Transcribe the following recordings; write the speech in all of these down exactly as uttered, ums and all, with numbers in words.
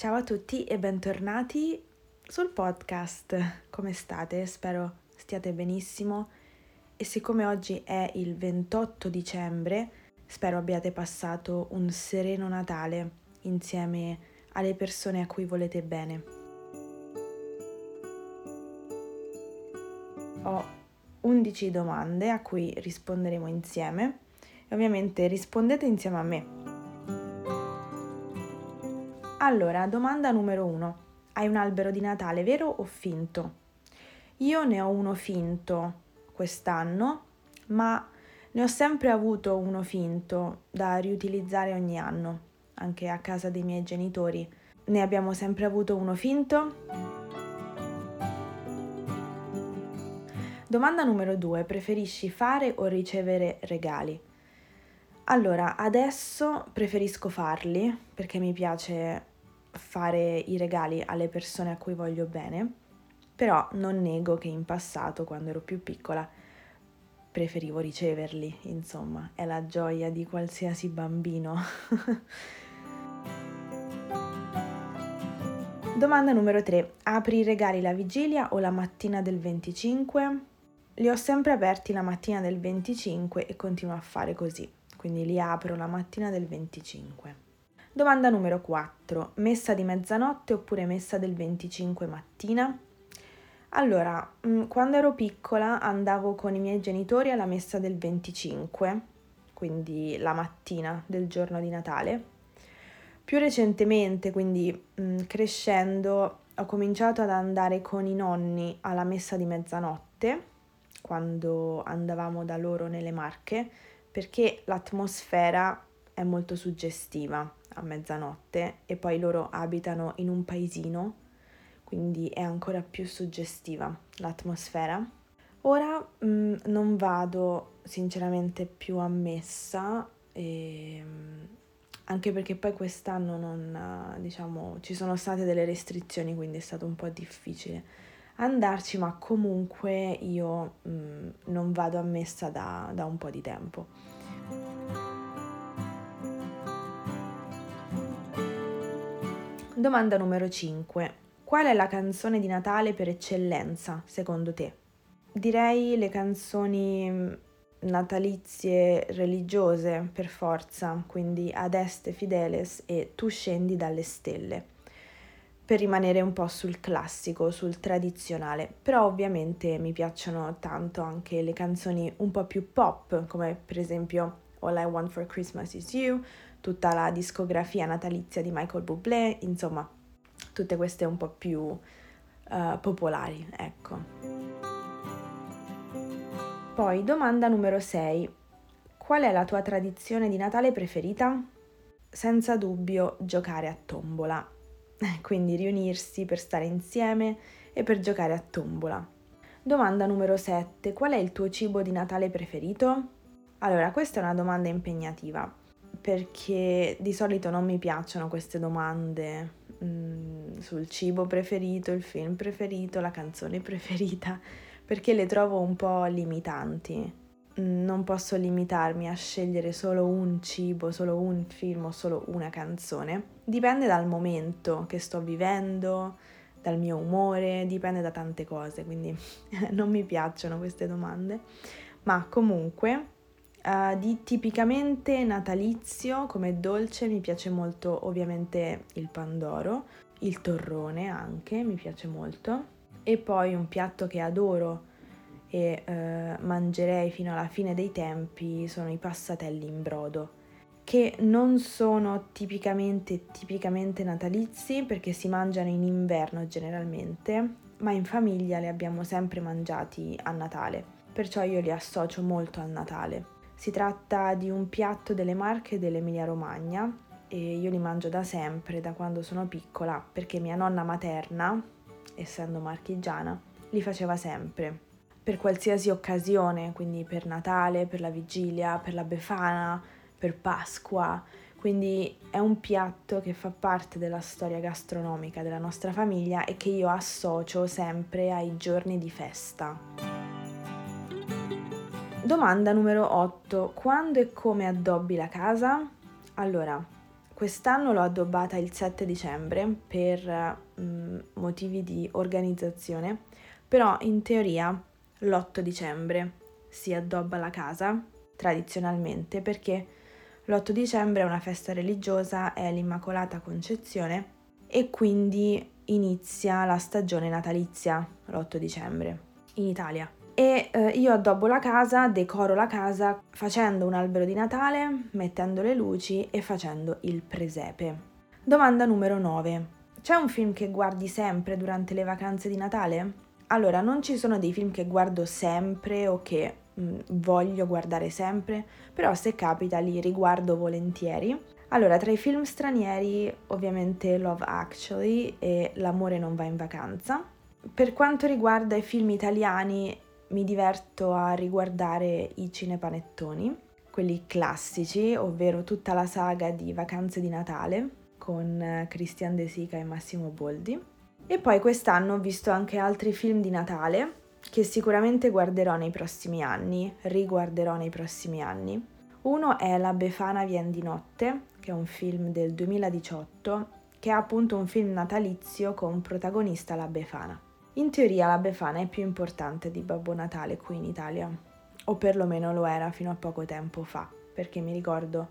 Ciao a tutti e bentornati sul podcast. Come state? Spero stiate benissimo e siccome oggi è il ventotto dicembre, spero abbiate passato un sereno Natale insieme alle persone a cui volete bene. Ho undici domande a cui risponderemo insieme e ovviamente rispondete insieme a me. Allora, domanda numero uno. Hai un albero di Natale vero o finto? Io ne ho uno finto quest'anno, ma ne ho sempre avuto uno finto da riutilizzare ogni anno, anche a casa dei miei genitori. Ne abbiamo sempre avuto uno finto. Domanda numero due. Preferisci fare o ricevere regali? Allora, adesso preferisco farli perché mi piace fare i regali alle persone a cui voglio bene, però non nego che in passato, quando ero più piccola, preferivo riceverli, insomma, è la gioia di qualsiasi bambino. Domanda numero tre. Apri i regali la vigilia o la mattina del venticinque? Li ho sempre aperti la mattina del venticinque e continuo a fare così, quindi li apro la mattina del venticinque. Domanda numero quattro. Messa di mezzanotte oppure messa del venticinque mattina? Allora, quando ero piccola andavo con i miei genitori alla messa del venticinque, quindi la mattina del giorno di Natale. Più recentemente, quindi mh, crescendo, ho cominciato ad andare con i nonni alla messa di mezzanotte, quando andavamo da loro nelle Marche, perché l'atmosfera è molto suggestiva a mezzanotte e poi loro abitano in un paesino, quindi è ancora più suggestiva l'atmosfera. Ora mh, non vado sinceramente più a messa, e, mh, anche perché poi quest'anno non, diciamo, ci sono state delle restrizioni, quindi è stato un po' difficile andarci, ma comunque io mh, non vado a messa da, da un po' di tempo. Domanda numero cinque. Qual è la canzone di Natale per eccellenza, secondo te? Direi le canzoni natalizie religiose, per forza, quindi Adeste Fideles e Tu scendi dalle stelle, per rimanere un po' sul classico, sul tradizionale. Però ovviamente mi piacciono tanto anche le canzoni un po' più pop, come per esempio All I Want for Christmas Is You, tutta la discografia natalizia di Michael Bublé, insomma, tutte queste un po' più uh, popolari, ecco. Poi, domanda numero sei. Qual è la tua tradizione di Natale preferita? Senza dubbio giocare a tombola, quindi riunirsi per stare insieme e per giocare a tombola. Domanda numero sette. Qual è il tuo cibo di Natale preferito? Allora, questa è una domanda impegnativa, perché di solito non mi piacciono queste domande mh, sul cibo preferito, il film preferito, la canzone preferita, perché le trovo un po' limitanti. Non posso limitarmi a scegliere solo un cibo, solo un film o solo una canzone. Dipende dal momento che sto vivendo, dal mio umore, dipende da tante cose, quindi non mi piacciono queste domande. Ma comunque, uh, di tipicamente natalizio come dolce mi piace molto ovviamente il pandoro, il torrone anche mi piace molto, e poi un piatto che adoro e eh, mangerei fino alla fine dei tempi sono i passatelli in brodo, che non sono tipicamente tipicamente natalizi perché si mangiano in inverno generalmente, ma in famiglia li abbiamo sempre mangiati a Natale, perciò io li associo molto al Natale. Si tratta di un piatto delle Marche dell'Emilia Romagna e io li mangio da sempre, da quando sono piccola, perché mia nonna materna, essendo marchigiana, li faceva sempre, per qualsiasi occasione, quindi per Natale, per la vigilia, per la Befana, per Pasqua. Quindi è un piatto che fa parte della storia gastronomica della nostra famiglia e che io associo sempre ai giorni di festa. Domanda numero otto. Quando e come addobbi la casa? Allora, Quest'anno l'ho addobbata il sette dicembre per mm, motivi di organizzazione, però in teoria l'otto dicembre si addobba la casa tradizionalmente perché l'otto dicembre è una festa religiosa, è l'Immacolata Concezione e quindi inizia la stagione natalizia l'otto dicembre in Italia. E eh, io addobbo la casa, decoro la casa facendo un albero di Natale, mettendo le luci e facendo il presepe. Domanda numero nove. C'è un film che guardi sempre durante le vacanze di Natale? Allora, non ci sono dei film che guardo sempre o che mh, voglio guardare sempre, però se capita li riguardo volentieri. Allora, tra i film stranieri, ovviamente Love Actually e L'amore non va in vacanza. Per quanto riguarda i film italiani, mi diverto a riguardare i cinepanettoni, quelli classici, ovvero tutta la saga di Vacanze di Natale con Christian De Sica e Massimo Boldi. E poi quest'anno ho visto anche altri film di Natale che sicuramente guarderò nei prossimi anni, riguarderò nei prossimi anni. Uno è La Befana vien di notte, che è un film del duemiladiciotto, che è appunto un film natalizio con protagonista la Befana. In teoria la Befana è più importante di Babbo Natale qui in Italia, o perlomeno lo era fino a poco tempo fa, perché mi ricordo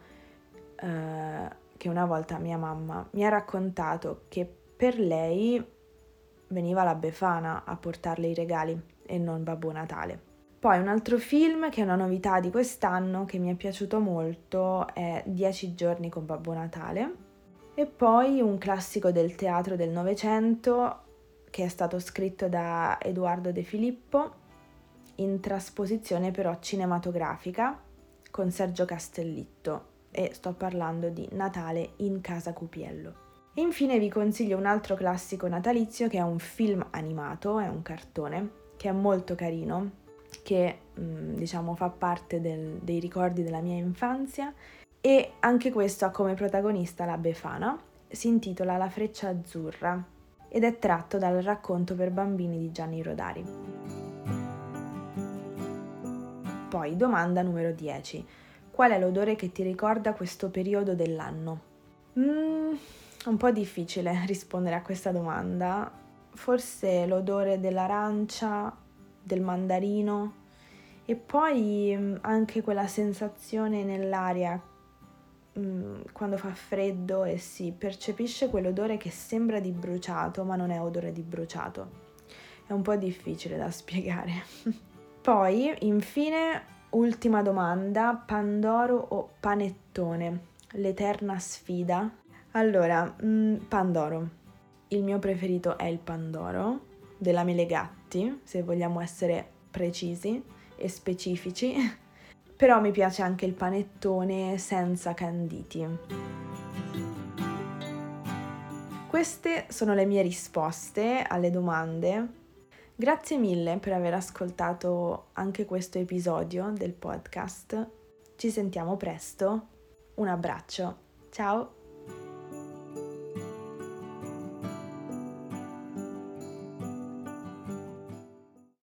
eh, che una volta mia mamma mi ha raccontato che per lei veniva la Befana a portarle i regali e non Babbo Natale. Poi un altro film che è una novità di quest'anno che mi è piaciuto molto è Dieci giorni con Babbo Natale e poi un classico del teatro del Novecento che è stato scritto da Edoardo De Filippo in trasposizione però cinematografica con Sergio Castellitto e sto parlando di Natale in Casa Cupiello. E infine vi consiglio un altro classico natalizio che è un film animato, è un cartone, che è molto carino, che mh, diciamo fa parte del, dei ricordi della mia infanzia e anche questo ha come protagonista la Befana, si intitola La freccia azzurra ed è tratto dal racconto per bambini di Gianni Rodari. Poi domanda numero dieci. Qual è l'odore che ti ricorda questo periodo dell'anno? Mm, un po' difficile rispondere a questa domanda. Forse l'odore dell'arancia, del mandarino e poi anche quella sensazione nell'aria mh, quando fa freddo e si percepisce quell'odore che sembra di bruciato ma non è odore di bruciato. È un po' difficile da spiegare. Poi, infine, ultima domanda, Pandoro o panettone? L'eterna sfida. Allora, mh, Pandoro. Il mio preferito è il Pandoro della Mele Gatti, se vogliamo essere precisi e specifici, però mi piace anche il panettone senza canditi. Queste sono le mie risposte alle domande. Grazie mille per aver ascoltato anche questo episodio del podcast. Ci sentiamo presto. Un abbraccio. Ciao!